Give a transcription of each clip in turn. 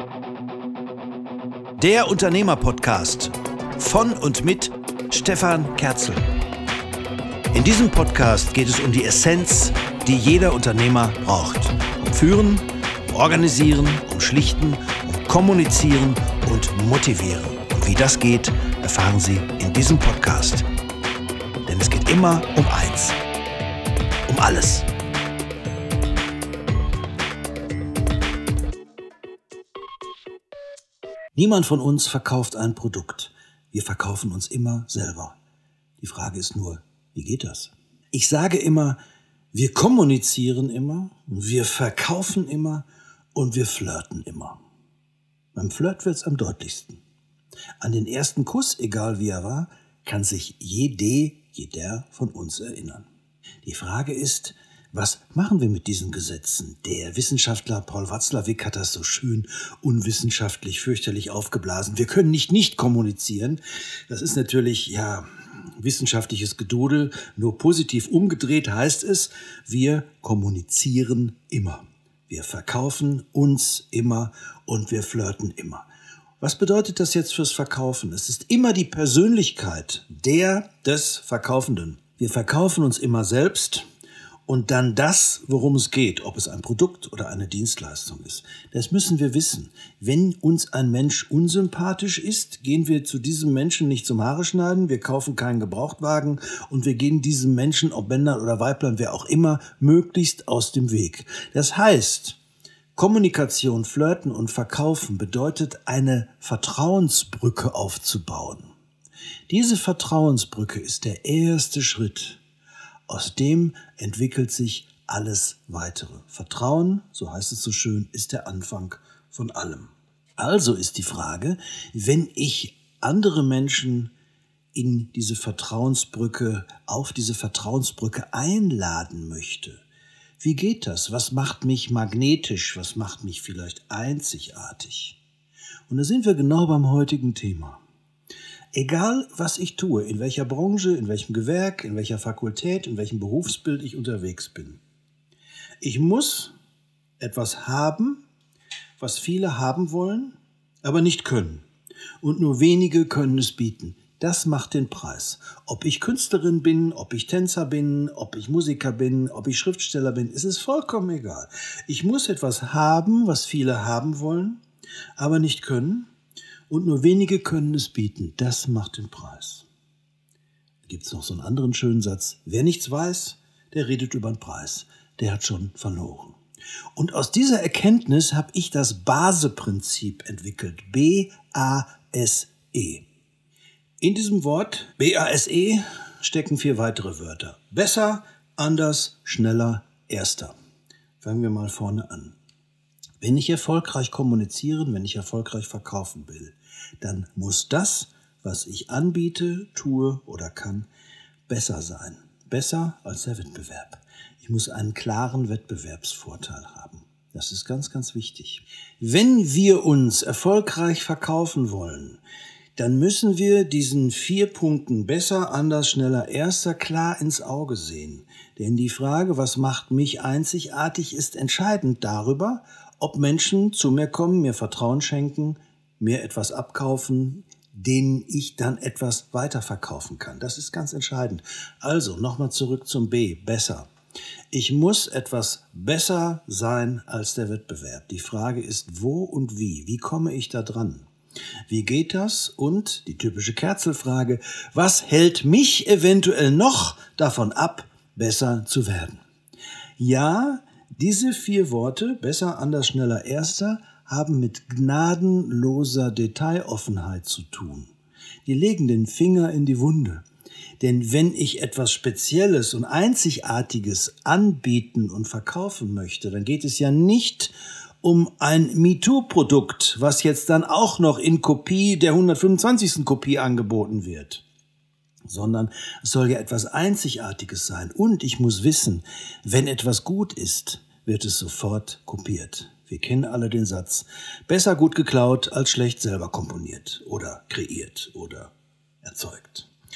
Der Unternehmer-Podcast von und mit Stefan Kerzel. In diesem Podcast geht es um die Essenz, die jeder Unternehmer braucht. Um Führen, um Organisieren, um Schlichten, um Kommunizieren und Motivieren. Und wie das geht, erfahren Sie in diesem Podcast. Denn es geht immer um eins. Um alles. Niemand von uns verkauft ein Produkt. Wir verkaufen uns immer selber. Die Frage ist nur, wie geht das? Ich sage immer, wir kommunizieren immer, wir verkaufen immer und wir flirten immer. Beim Flirt wird es am deutlichsten. An den ersten Kuss, egal wie er war, kann sich jeder von uns erinnern. Die Frage ist, was machen wir mit diesen Gesetzen? Der Wissenschaftler Paul Watzlawick hat das so schön unwissenschaftlich, fürchterlich aufgeblasen. Wir können nicht kommunizieren. Das ist natürlich, wissenschaftliches Gedudel. Nur positiv umgedreht heißt es, wir kommunizieren immer. Wir verkaufen uns immer und wir flirten immer. Was bedeutet das jetzt fürs Verkaufen? Es ist immer die Persönlichkeit des Verkaufenden. Wir verkaufen uns immer selbst. Und dann das, worum es geht, ob es ein Produkt oder eine Dienstleistung ist. Das müssen wir wissen. Wenn uns ein Mensch unsympathisch ist, gehen wir zu diesem Menschen nicht zum Haare schneiden, wir kaufen keinen Gebrauchtwagen und wir gehen diesem Menschen, ob Männern oder Weiblein, wer auch immer, möglichst aus dem Weg. Das heißt, Kommunikation, Flirten und Verkaufen bedeutet, eine Vertrauensbrücke aufzubauen. Diese Vertrauensbrücke ist der erste Schritt. Aus dem entwickelt sich alles Weitere. Vertrauen, so heißt es so schön, ist der Anfang von allem. Also ist die Frage, wenn ich andere Menschen auf diese Vertrauensbrücke einladen möchte, wie geht das? Was macht mich magnetisch? Was macht mich vielleicht einzigartig? Und da sind wir genau beim heutigen Thema. Egal, was ich tue, in welcher Branche, in welchem Gewerk, in welcher Fakultät, in welchem Berufsbild ich unterwegs bin. Ich muss etwas haben, was viele haben wollen, aber nicht können. Und nur wenige können es bieten. Das macht den Preis. Ob ich Künstlerin bin, ob ich Tänzer bin, ob ich Musiker bin, ob ich Schriftsteller bin, es ist vollkommen egal. Ich muss etwas haben, was viele haben wollen, aber nicht können. Und nur wenige können es bieten. Das macht den Preis. Da gibt es noch so einen anderen schönen Satz. Wer nichts weiß, der redet über den Preis. Der hat schon verloren. Und aus dieser Erkenntnis habe ich das BASE-Prinzip entwickelt. B-A-S-E. In diesem Wort B-A-S-E stecken 4 weitere Wörter. Besser, anders, schneller, erster. Fangen wir mal vorne an. Wenn ich erfolgreich kommunizieren, wenn ich erfolgreich verkaufen will, dann muss das, was ich anbiete, tue oder kann, besser sein. Besser als der Wettbewerb. Ich muss einen klaren Wettbewerbsvorteil haben. Das ist ganz, ganz wichtig. Wenn wir uns erfolgreich verkaufen wollen, dann müssen wir diesen 4 Punkten besser, anders, schneller, erster klar ins Auge sehen. Denn die Frage, was macht mich einzigartig, ist entscheidend darüber, ob Menschen zu mir kommen, mir Vertrauen schenken, mir etwas abkaufen, denen ich dann etwas weiterverkaufen kann. Das ist ganz entscheidend. Also nochmal zurück zum B, besser. Ich muss etwas besser sein als der Wettbewerb. Die Frage ist, wo und wie? Wie komme ich da dran? Wie geht das? Und die typische Kerzelfrage, was hält mich eventuell noch davon ab, besser zu werden? Ja, diese 4 Worte, besser, anders, schneller, erster, haben mit gnadenloser Detailoffenheit zu tun. Die legen den Finger in die Wunde. Denn wenn ich etwas Spezielles und Einzigartiges anbieten und verkaufen möchte, dann geht es ja nicht um ein MeToo-Produkt, was jetzt dann auch noch in Kopie der 125. Kopie angeboten wird. Sondern es soll ja etwas Einzigartiges sein. Und ich muss wissen, wenn etwas gut ist, wird es sofort kopiert. Wir kennen alle den Satz, besser gut geklaut als schlecht selber komponiert oder kreiert oder erzeugt.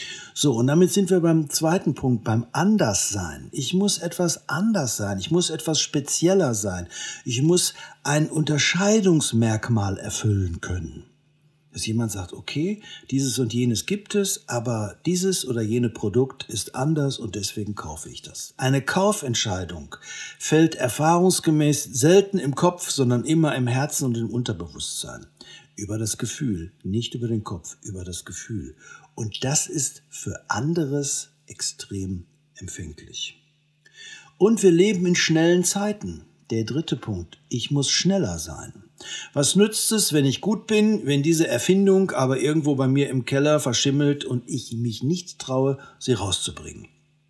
So, und damit sind wir beim zweiten Punkt, beim Anderssein. Ich muss etwas anders sein, ich muss etwas spezieller sein, ich muss ein Unterscheidungsmerkmal erfüllen können. Dass jemand sagt, okay, dieses und jenes gibt es, aber dieses oder jene Produkt ist anders und deswegen kaufe ich das. Eine Kaufentscheidung fällt erfahrungsgemäß selten im Kopf, sondern immer im Herzen und im Unterbewusstsein. Über das Gefühl, nicht über den Kopf, über das Gefühl. Und das ist für anderes extrem empfänglich. Und wir leben in schnellen Zeiten. Der dritte Punkt, ich muss schneller sein. Was nützt es, wenn ich gut bin, wenn diese Erfindung aber irgendwo bei mir im Keller verschimmelt und ich mich nicht traue, sie rauszubringen?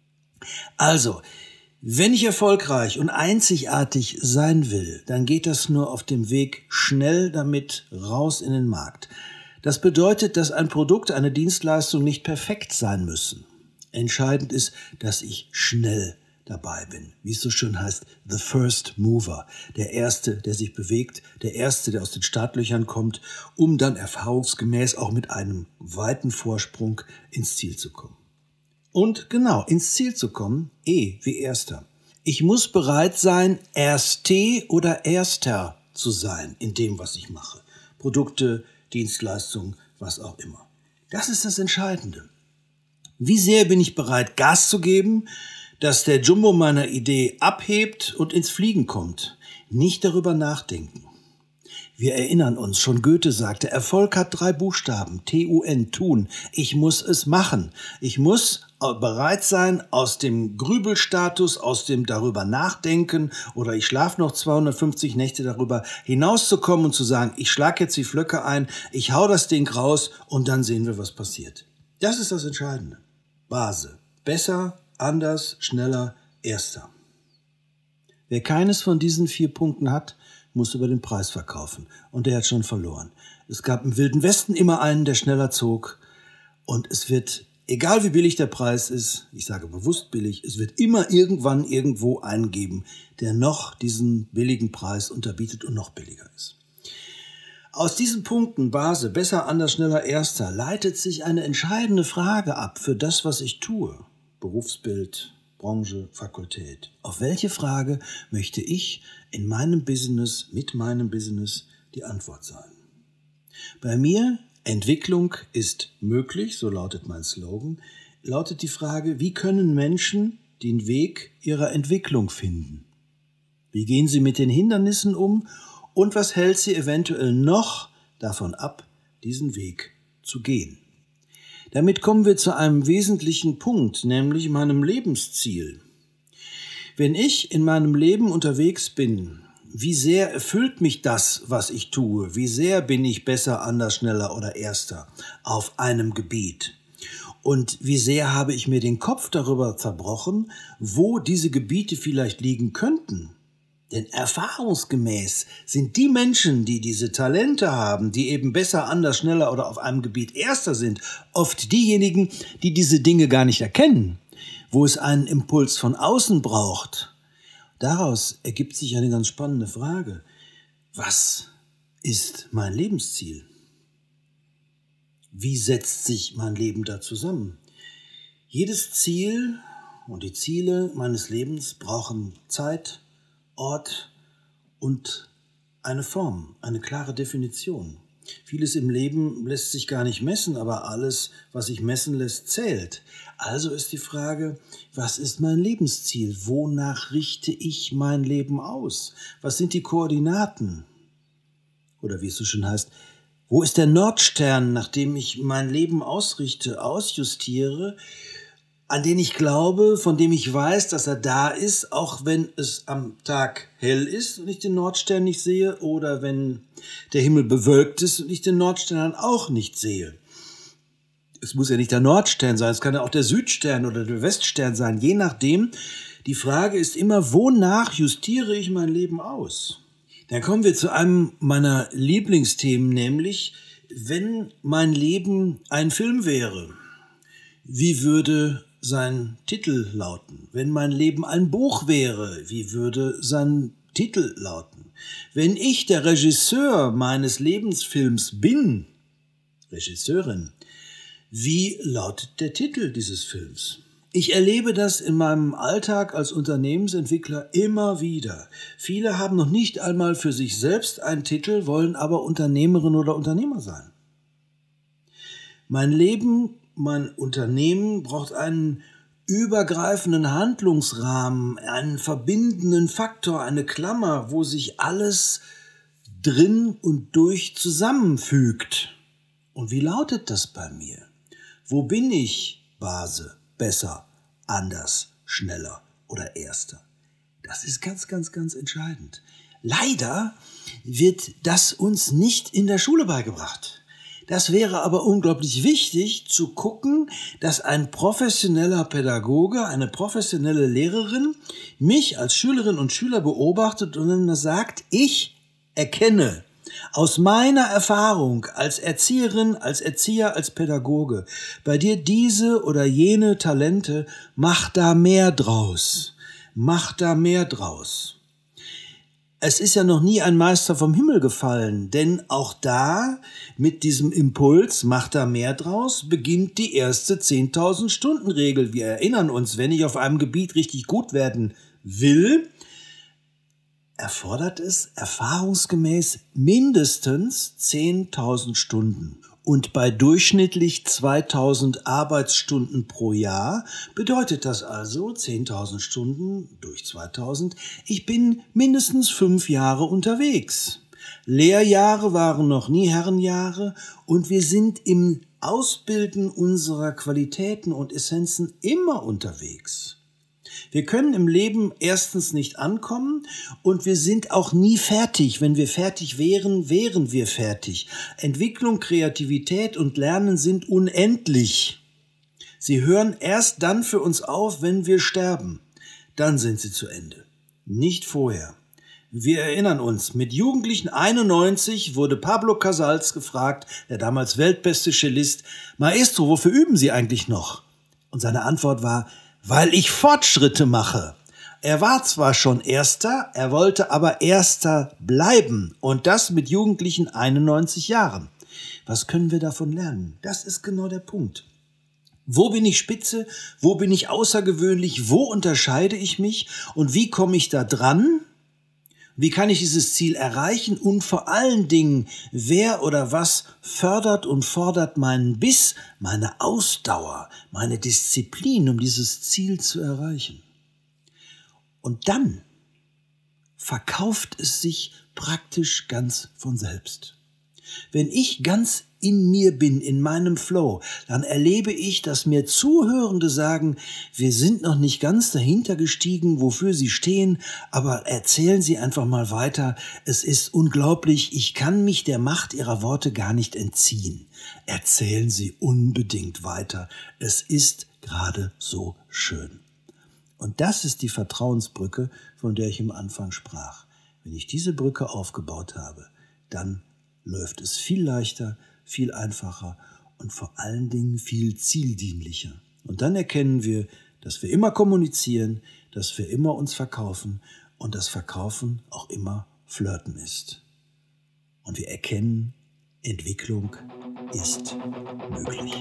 Also, wenn ich erfolgreich und einzigartig sein will, dann geht das nur auf dem Weg schnell damit raus in den Markt. Das bedeutet, dass ein Produkt, eine Dienstleistung nicht perfekt sein müssen. Entscheidend ist, dass ich schnell dabei bin. Wie es so schön heißt, the first mover. Der Erste, der sich bewegt, der Erste, der aus den Startlöchern kommt, um dann erfahrungsgemäß auch mit einem weiten Vorsprung ins Ziel zu kommen. Und genau, ins Ziel zu kommen, wie Erster. Ich muss bereit sein, Erste oder Erster zu sein in dem, was ich mache. Produkte, Dienstleistungen, was auch immer. Das ist das Entscheidende. Wie sehr bin ich bereit, Gas zu geben, dass der Jumbo meiner Idee abhebt und ins Fliegen kommt? Nicht darüber nachdenken. Wir erinnern uns, schon Goethe sagte, Erfolg hat 3 Buchstaben, T-U-N, tun. Ich muss es machen. Ich muss bereit sein, aus dem Grübelstatus, aus dem darüber nachdenken oder ich schlafe noch 250 Nächte darüber hinauszukommen und zu sagen, ich schlage jetzt die Flöcke ein, ich hau das Ding raus und dann sehen wir, was passiert. Das ist das Entscheidende. Base. Besser, anders, schneller, Erster. Wer keines von diesen 4 Punkten hat, muss über den Preis verkaufen. Und der hat schon verloren. Es gab im Wilden Westen immer einen, der schneller zog. Und es wird, egal wie billig der Preis ist, ich sage bewusst billig, es wird immer irgendwann irgendwo einen geben, der noch diesen billigen Preis unterbietet und noch billiger ist. Aus diesen Punkten, Base, besser, anders, schneller, Erster, leitet sich eine entscheidende Frage ab für das, was ich tue. Berufsbild, Branche, Fakultät. Auf welche Frage möchte ich in meinem Business, mit meinem Business die Antwort sein? Bei mir, Entwicklung ist möglich, so lautet mein Slogan, lautet die Frage, wie können Menschen den Weg ihrer Entwicklung finden? Wie gehen sie mit den Hindernissen um und was hält sie eventuell noch davon ab, diesen Weg zu gehen? Damit kommen wir zu einem wesentlichen Punkt, nämlich meinem Lebensziel. Wenn ich in meinem Leben unterwegs bin, wie sehr erfüllt mich das, was ich tue? Wie sehr bin ich besser, anders, schneller oder Erster auf einem Gebiet? Und wie sehr habe ich mir den Kopf darüber zerbrochen, wo diese Gebiete vielleicht liegen könnten? Denn erfahrungsgemäß sind die Menschen, die diese Talente haben, die eben besser, anders, schneller oder auf einem Gebiet Erster sind, oft diejenigen, die diese Dinge gar nicht erkennen, wo es einen Impuls von außen braucht. Daraus ergibt sich eine ganz spannende Frage. Was ist mein Lebensziel? Wie setzt sich mein Leben da zusammen? Jedes Ziel und die Ziele meines Lebens brauchen Zeit, Ort und eine Form, eine klare Definition. Vieles im Leben lässt sich gar nicht messen, aber alles, was sich messen lässt, zählt. Also ist die Frage, was ist mein Lebensziel? Wonach richte ich mein Leben aus? Was sind die Koordinaten? Oder wie es so schön heißt, wo ist der Nordstern, nach dem ich mein Leben ausrichte, ausjustiere, an den ich glaube, von dem ich weiß, dass er da ist, auch wenn es am Tag hell ist und ich den Nordstern nicht sehe oder wenn der Himmel bewölkt ist und ich den Nordstern dann auch nicht sehe. Es muss ja nicht der Nordstern sein, es kann ja auch der Südstern oder der Weststern sein, je nachdem. Die Frage ist immer, wonach justiere ich mein Leben aus? Dann kommen wir zu einem meiner Lieblingsthemen, nämlich, wenn mein Leben ein Film wäre, wie würde sein Titel lauten? Wenn mein Leben ein Buch wäre, wie würde sein Titel lauten? Wenn ich der Regisseur meines Lebensfilms bin, Regisseurin, Wie lautet der Titel dieses Films? Ich erlebe das in meinem Alltag als Unternehmensentwickler immer wieder. Viele haben noch nicht einmal für sich selbst einen Titel, wollen aber Unternehmerin oder Unternehmer sein. Mein Leben, mein Unternehmen braucht einen übergreifenden Handlungsrahmen, einen verbindenden Faktor, eine Klammer, wo sich alles drin und durch zusammenfügt. Und wie lautet das bei mir? Wo bin ich Base, besser, anders, schneller oder erster? Das ist ganz, ganz, ganz entscheidend. Leider wird das uns nicht in der Schule beigebracht. Das wäre aber unglaublich wichtig zu gucken, dass ein professioneller Pädagoge, eine professionelle Lehrerin mich als Schülerin und Schüler beobachtet und dann sagt, ich erkenne aus meiner Erfahrung als Erzieherin, als Erzieher, als Pädagoge, bei dir diese oder jene Talente, mach da mehr draus. Mach da mehr draus. Es ist ja noch nie ein Meister vom Himmel gefallen, denn auch da mit diesem Impuls, mach da mehr draus, beginnt die erste 10.000 Stunden Regel. Wir erinnern uns, wenn ich auf einem Gebiet richtig gut werden will, erfordert es erfahrungsgemäß mindestens 10.000 Stunden. Und bei durchschnittlich 2.000 Arbeitsstunden pro Jahr bedeutet das also 10.000 Stunden durch 2.000. Ich bin mindestens 5 Jahre unterwegs. Lehrjahre waren noch nie Herrenjahre und wir sind im Ausbilden unserer Qualitäten und Essenzen immer unterwegs. Wir können im Leben erstens nicht ankommen und wir sind auch nie fertig. Wenn wir fertig wären, wären wir fertig. Entwicklung, Kreativität und Lernen sind unendlich. Sie hören erst dann für uns auf, wenn wir sterben. Dann sind sie zu Ende. Nicht vorher. Wir erinnern uns, mit Jugendlichen 91 wurde Pablo Casals gefragt, der damals weltbeste Cellist, Maestro, wofür üben Sie eigentlich noch? Und seine Antwort war, weil ich Fortschritte mache. Er war zwar schon Erster, er wollte aber Erster bleiben. Und das mit Jugendlichen 91 Jahren. Was können wir davon lernen? Das ist genau der Punkt. Wo bin ich spitze? Wo bin ich außergewöhnlich? Wo unterscheide ich mich? Und wie komme ich da dran? Wie kann ich dieses Ziel erreichen? Und vor allen Dingen, wer oder was fördert und fordert meinen Biss, meine Ausdauer, meine Disziplin, um dieses Ziel zu erreichen? Und dann verkauft es sich praktisch ganz von selbst. Wenn ich ganz in mir bin, in meinem Flow, dann erlebe ich, dass mir Zuhörende sagen, wir sind noch nicht ganz dahinter gestiegen, wofür sie stehen, aber erzählen Sie einfach mal weiter. Es ist unglaublich, ich kann mich der Macht Ihrer Worte gar nicht entziehen. Erzählen Sie unbedingt weiter. Es ist gerade so schön. Und das ist die Vertrauensbrücke, von der ich am Anfang sprach. Wenn ich diese Brücke aufgebaut habe, dann läuft es viel leichter, viel einfacher und vor allen Dingen viel zieldienlicher. Und dann erkennen wir, dass wir immer kommunizieren, dass wir immer uns verkaufen und das Verkaufen auch immer Flirten ist. Und wir erkennen, Entwicklung ist möglich.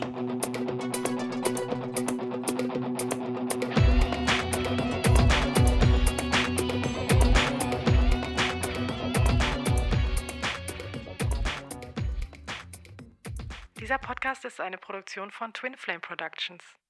Dieser Podcast ist eine Produktion von Twin Flame Productions.